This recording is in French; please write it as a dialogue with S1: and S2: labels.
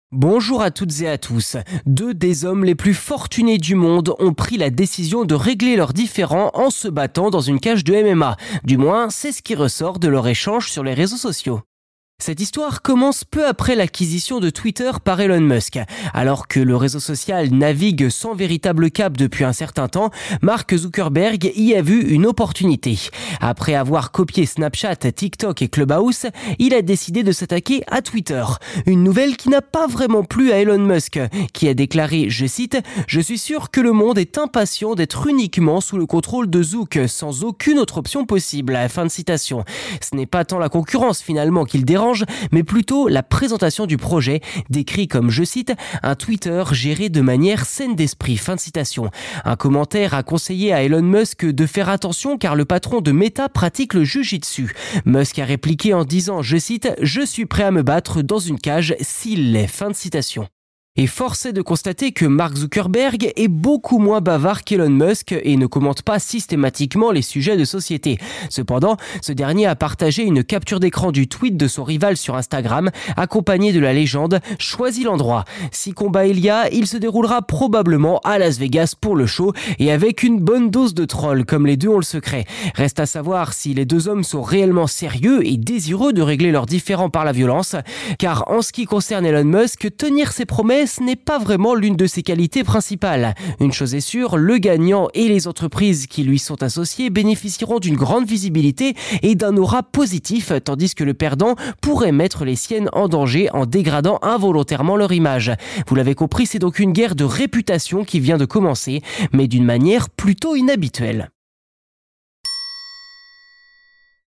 S1: Bonjour à toutes et à tous. Deux des hommes les plus fortunés du monde ont pris la décision de régler leurs différends en se battant dans une cage de MMA. Du moins, c'est ce qui ressort de leur échange sur les réseaux sociaux. Cette histoire commence peu après l'acquisition de Twitter par Elon Musk. Alors que le réseau social navigue sans véritable cap depuis un certain temps, Mark Zuckerberg y a vu une opportunité. Après avoir copié Snapchat, TikTok et Clubhouse, il a décidé de s'attaquer à Twitter. Une nouvelle qui n'a pas vraiment plu à Elon Musk, qui a déclaré, je cite, « Je suis sûr que le monde est impatient d'être uniquement sous le contrôle de Zuck, sans aucune autre option possible. » Fin de citation. Ce n'est pas tant la concurrence finalement qui le dérange, mais plutôt la présentation du projet, décrit comme, je cite, « un Twitter géré de manière saine d'esprit ». Fin de citation. Un commentaire a conseillé à Elon Musk de faire attention car le patron de Meta pratique le jujitsu. Musk a répliqué en disant, je cite, « Je suis prêt à me battre dans une cage s'il l'est ». Fin de citation. Et force est de constater que Mark Zuckerberg est beaucoup moins bavard qu'Elon Musk et ne commente pas systématiquement les sujets de société. Cependant, ce dernier a partagé une capture d'écran du tweet de son rival sur Instagram, accompagné de la légende « Choisis l'endroit ». Si combat il y a, il se déroulera probablement à Las Vegas pour le show et avec une bonne dose de troll, comme les deux ont le secret. Reste à savoir si les deux hommes sont réellement sérieux et désireux de régler leurs différends par la violence, car en ce qui concerne Elon Musk, tenir ses promesses n'est pas vraiment l'une de ses qualités principales. Une chose est sûre, le gagnant et les entreprises qui lui sont associées bénéficieront d'une grande visibilité et d'un aura positif, tandis que le perdant pourrait mettre les siennes en danger en dégradant involontairement leur image. Vous l'avez compris, c'est donc une guerre de réputation qui vient de commencer, mais d'une manière plutôt inhabituelle.